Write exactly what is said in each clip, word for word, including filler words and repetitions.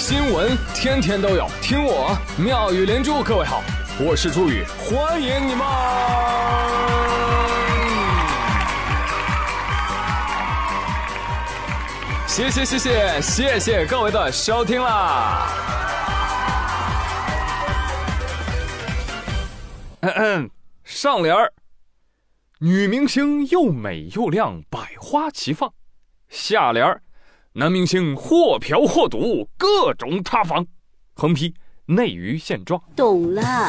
新闻天天都有，听我妙语连珠。各位好，我是朱宇，欢迎你们。谢谢谢谢谢谢各位的收听啦。嗯嗯，上联儿，女明星又美又亮，百花齐放。下联儿，男明星或嫖或赌，各种塌房。横批，内娱现状。 懂了。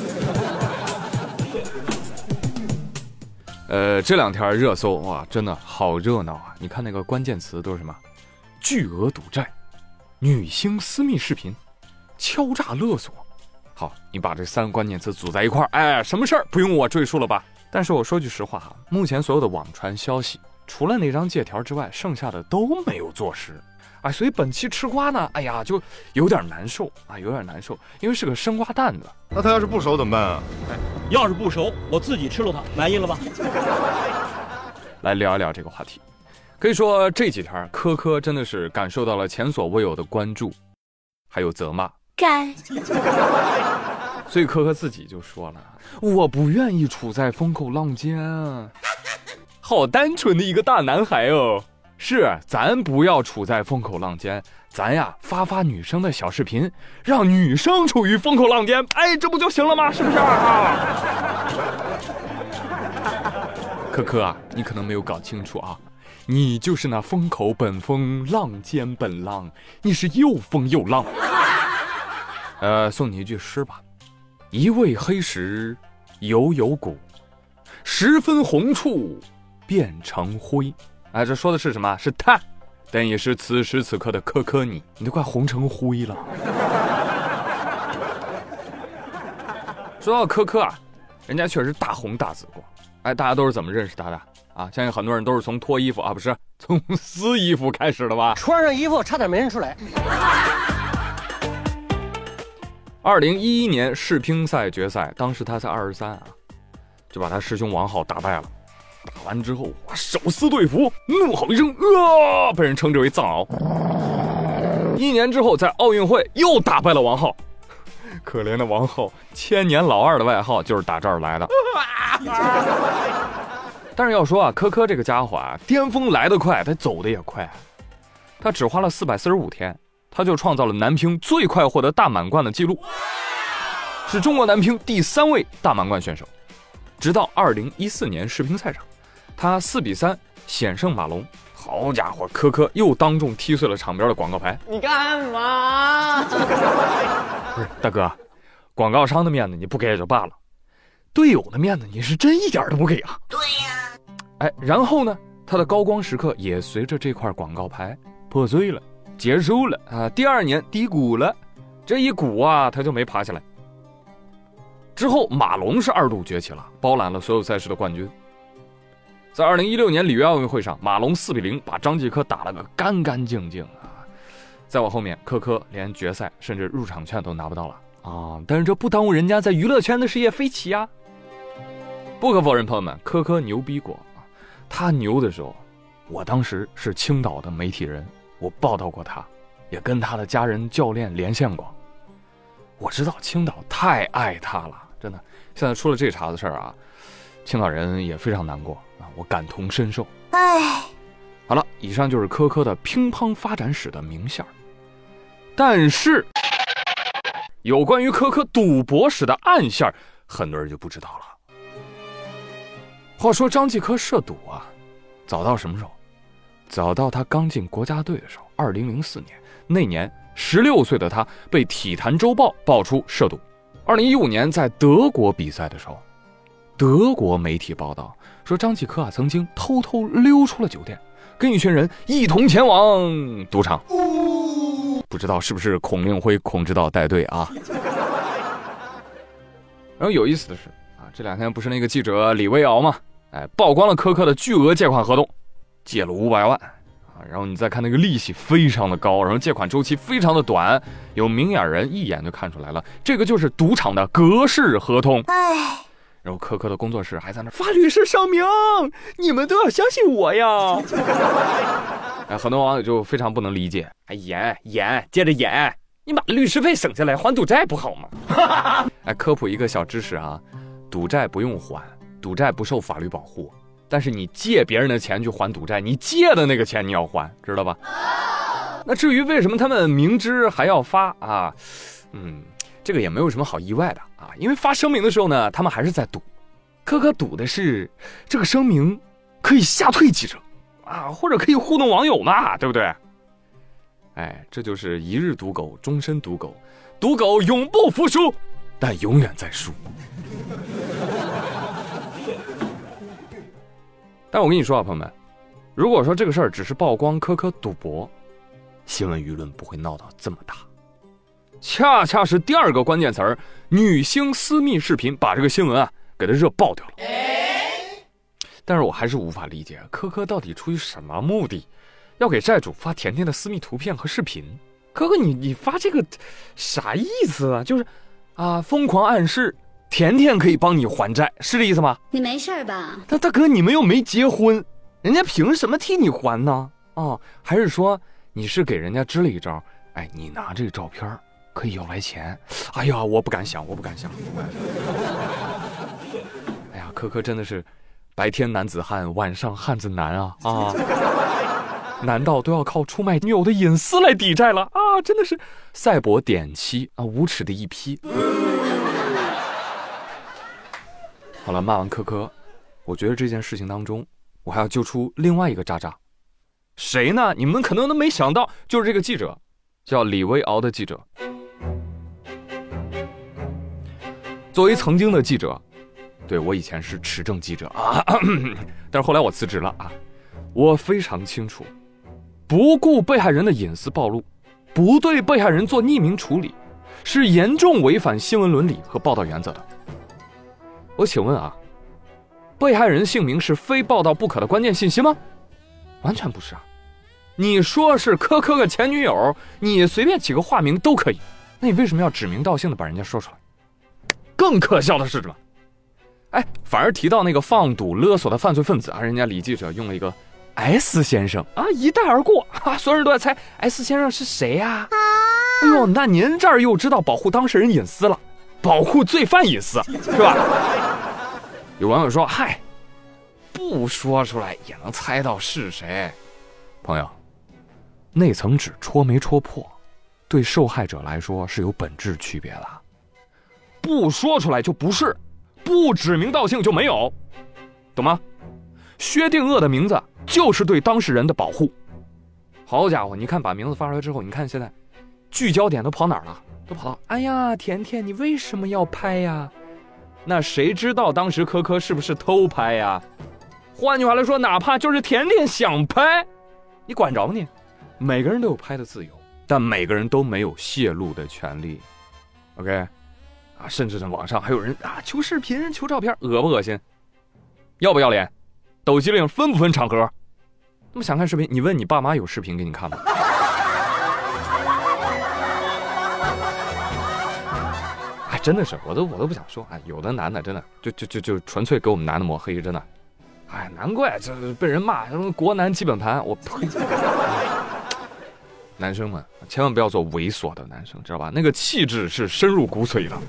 呃，这两天热搜哇，真的好热闹啊！你看那个关键词都是什么？巨额赌债、女星私密视频、敲诈勒索。好，你把这三个关键词组在一块儿，哎，什么事儿不用我赘述了吧？但是我说句实话哈，目前所有的网传消息，除了那张借条之外，剩下的都没有坐实。哎，所以本期吃瓜呢，哎呀，就有点难受啊，有点难受，因为是个生瓜蛋子。 那他要是不熟怎么办啊？ 哎，要是不熟，我自己吃了它，满意了吧？ 来聊一聊这个话题。可以说这几天科科真的是感受到了前所未有的关注，还有责骂。 该。 所以科科自己就说了，我不愿意处在风口浪尖啊。好单纯的一个大男孩哦。是，咱不要处在风口浪尖，咱呀发发女生的小视频，让女生处于风口浪尖，哎，这不就行了吗？是不是啊？科科啊，你可能没有搞清楚啊，你就是那风口本风，浪尖本浪，你是又风又浪。呃，送你一句诗吧：一味黑石犹有骨，十分红处变成灰。哎，这说的是什么？是碳，但也是此时此刻的科科你，你都快红成灰了。说到科科啊，人家确实大红大紫过。哎，大家都是怎么认识他的啊？相信很多人都是从脱衣服啊，不是从撕衣服开始的吧？ 穿上衣服差点没认出来。 二零一一年世乒赛决赛，当时他才二十三啊，就把他师兄王浩打败了。打完之后，手撕队服，怒吼一声，啊，被人称之为藏獒。一年之后，在奥运会又打败了王浩。可怜的王浩，千年老二的外号就是打这儿来的。但是要说啊，科科这个家伙啊，巅峰来得快，他走得也快。他只花了四百四十五天，他就创造了男乒最快获得大满贯的记录，是中国男乒第三位大满贯选手。直到二零一四年世乒赛上，他四比三险胜马龙。好家伙，科科又当众踢碎了场边的广告牌。 你干嘛？ 不是大哥，广告商的面子你不给也就罢了，队友的面子你是真一点都不给啊。 对呀。 哎，然后呢，他的高光时刻也随着这块广告牌破碎了，结束了啊。第二年低谷了，这一谷啊，他就没爬起来。之后马龙是二度崛起了，包揽了所有赛事的冠军。在二零一六年里约奥运会上，马龙四比零把张继科打了个干干净净啊。再往后面，科科连决赛甚至入场券都拿不到了啊！但是这不耽误人家在娱乐圈的事业飞起啊。不可否认，朋友们，科科牛逼过啊。他牛的时候，我当时是青岛的媒体人，我报道过他，也跟他的家人教练连线过。我知道青岛太爱他了，真的。现在出了这茬子事儿啊，青岛人也非常难过啊，我感同身受。 唉， 好了，以上就是科科的乒乓发展史的明线。但是，有关于科科赌博史的暗线，很多人就不知道了。话说张继科涉赌啊，早到什么时候？早到他刚进国家队的时候，二零零四年那年。十六岁的他被体坛周报爆出涉赌。二零一五年在德国比赛的时候，德国媒体报道说张继科啊曾经偷偷溜出了酒店，跟一群人一同前往赌场。不知道是不是孔令辉孔指导带队啊？然后有意思的是啊，这两天不是那个记者李维敖吗？哎，曝光了科科的巨额借款合同，借了五百万。然后你再看那个利息非常的高，然后借款周期非常的短，有明眼人一眼就看出来了，这个就是赌场的格式合同。 唉， 然后科科的工作室还在那发律师声明，你们都要相信我呀。哎，很多网友就非常不能理解，哎演演接着演， 你把律师费省下来还赌债不好吗？哎，科普一个小知识啊，赌债不用还，赌债不受法律保护，但是你借别人的钱去还赌债，你借的那个钱你要还，知道吧？那至于为什么他们明知还要发啊，嗯，这个也没有什么好意外的啊，因为发声明的时候呢，他们还是在赌。科科赌的是这个声明可以吓退记者啊，或者可以糊弄网友嘛，对不对？哎，这就是一日赌狗，终身赌狗，赌狗永不服输，但永远在输。但我跟你说啊，朋友们，如果说这个事儿只是曝光科科赌博，新闻舆论不会闹到这么大。恰恰是第二个关键词儿，女星私密视频把这个新闻啊给它热爆掉了。但是我还是无法理解科科到底出于什么目的要给债主发甜甜的私密图片和视频。科科你你发这个啥意思啊？就是啊疯狂暗示甜甜可以帮你还债，是这意思吗？ 你没事吧？ 但大哥你们又没结婚，人家凭什么替你还呢？哦，还是说你是给人家支了一招，哎，你拿这个照片可以要来钱？哎呀，我不敢想，我不敢想。哎呀，科科真的是白天男子汉，晚上汉子难啊啊！难道都要靠出卖女友的隐私来抵债了啊？真的是赛博点妻啊，无耻的一批。好了，骂完科科，我觉得这件事情当中，我还要揪出另外一个渣渣。谁呢？你们可能都没想到，就是这个记者，叫李维敖的记者。作为曾经的记者，对，我以前是持证记者啊，但是后来我辞职了啊。我非常清楚，不顾被害人的隐私暴露，不对被害人做匿名处理，是严重违反新闻伦理和报道原则的。我请问啊，被害人姓名是非报道不可的关键信息吗？完全不是啊。你说是科科个前女友，你随便起个化名都可以，那你为什么要指名道姓的把人家说出来？更可笑的是什么？哎，反而提到那个放赌勒索的犯罪分子啊，人家李记者用了一个 S 先生啊，一带而过啊，所有人都在猜 S 先生是谁呀、啊？哎呦，那您这儿又知道保护当事人隐私了，保护罪犯隐私是吧？有网友说，嗨，不说出来也能猜到是谁。朋友，那层纸戳没戳破，对受害者来说是有本质区别的。不说出来就不是，不指名道姓就没有，懂吗？薛定谔的名字就是对当事人的保护。好家伙，你看把名字发出来之后，你看现在聚焦点都跑哪儿了？都跑到哎呀甜甜你为什么要拍呀？那谁知道当时科科是不是偷拍呀？换句话来说，哪怕就是甜甜想拍，你管着你？每个人都有拍的自由，但每个人都没有泄露的权利。 OK 啊，甚至在网上还有人啊求视频求照片，恶不恶心？要不要脸？抖机灵分不分场合？那么想看视频，你问你爸妈有视频给你看吗？哎，真的是，我都我都不想说。哎，有的男的真的就就就就纯粹给我们男的抹黑，真的。哎，难怪这被人骂什么国男基本盘，我呸！男生们千万不要做猥琐的男生，知道吧？那个气质是深入骨髓的。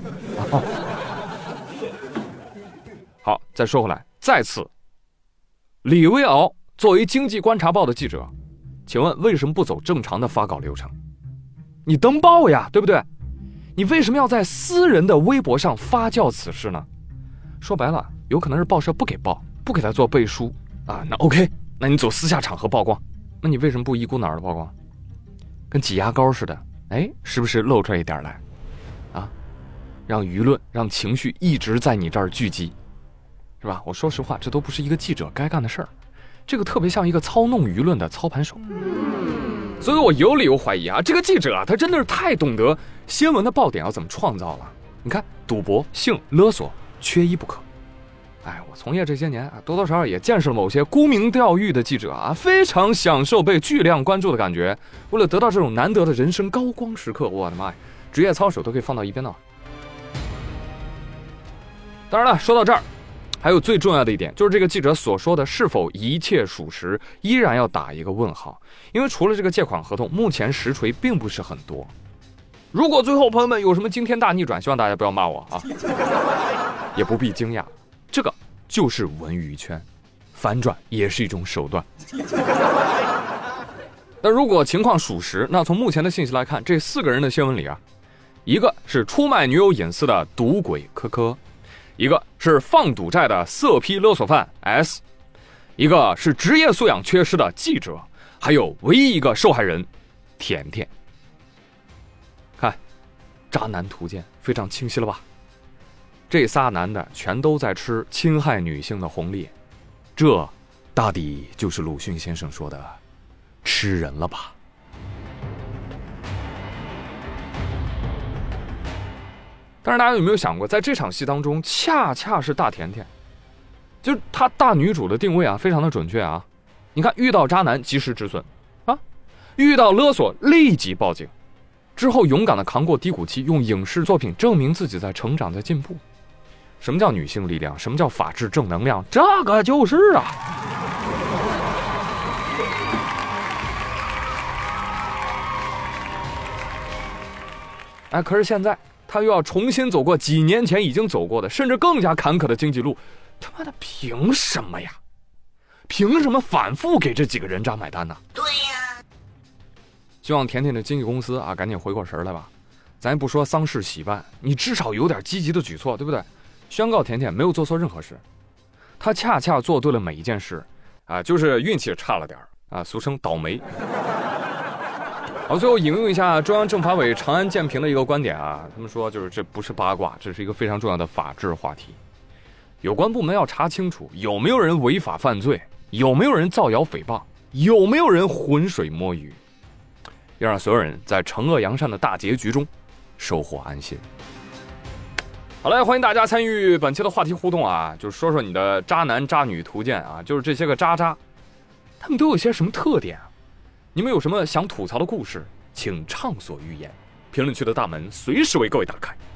好，再说回来，再次，李维敖作为经济观察报的记者，请问为什么不走正常的发稿流程？你登报呀，对不对？你为什么要在私人的微博上发酵此事呢？说白了，有可能是报社不给报，不给他做背书啊。那 OK， 那你走私下场合曝光，那你为什么不一股脑的曝光？跟挤牙膏似的，哎，时不时露出来一点来，啊，让舆论、让情绪一直在你这儿聚集，是吧？我说实话，这都不是一个记者该干的事儿，这个特别像一个操弄舆论的操盘手。所以我有理由怀疑啊，这个记者啊，他真的是太懂得新闻的爆点要怎么创造了。你看，赌博、性勒索，缺一不可。哎，我从业这些年啊，多多少少也见识了某些沽名钓誉的记者啊，非常享受被巨量关注的感觉。为了得到这种难得的人生高光时刻，我的妈呀，职业操守都可以放到一边了。当然了，说到这儿，还有最重要的一点，就是这个记者所说的是否一切属实，依然要打一个问号。因为除了这个借款合同，目前实锤并不是很多。 如果最后朋友们有什么惊天大逆转，希望大家不要骂我啊，也不必惊讶，这个就是文娱圈，反转也是一种手段。那如果情况属实，那从目前的信息来看，这四个人的新闻里啊，一个是出卖女友隐私的赌鬼科科，一个是放赌债的色批勒索犯 S， 一个是职业素养缺失的记者，还有唯一一个受害人甜甜。看，渣男图鉴非常清晰了吧？这仨男的全都在吃侵害女性的红利，这大抵就是鲁迅先生说的吃人了吧。但是大家有没有想过，在这场戏当中，恰恰是大甜甜，就是她大女主的定位啊，非常的准确啊。你看，遇到渣男及时止损啊，遇到勒索立即报警，之后勇敢的扛过低谷期，用影视作品证明自己在成长，在进步。什么叫女性力量？什么叫法治正能量？这个就是啊。哎，可是现在他又要重新走过几年前已经走过的，甚至更加坎坷的经济路，他妈的凭什么呀？凭什么反复给这几个人渣买单呢？对呀。希望甜甜的经纪公司啊，赶紧回过神来吧。咱也不说丧事喜办，你至少有点积极的举措，对不对？宣告甜甜没有做错任何事，他恰恰做对了每一件事，啊，就是运气差了点啊，俗称倒霉。好，最后引用一下中央政法委长安建平的一个观点啊，他们说就是这不是八卦，这是一个非常重要的法治话题。有关部门要查清楚有没有人违法犯罪，有没有人造谣诽谤，有没有人浑水摸鱼，要让所有人在惩恶扬善的大结局中收获安心。好嘞，欢迎大家参与本期的话题互动啊，就是说说你的渣男渣女图鉴啊，就是这些个渣渣，他们都有些什么特点啊？你们有什么想吐槽的故事，请畅所欲言，评论区的大门随时为各位打开。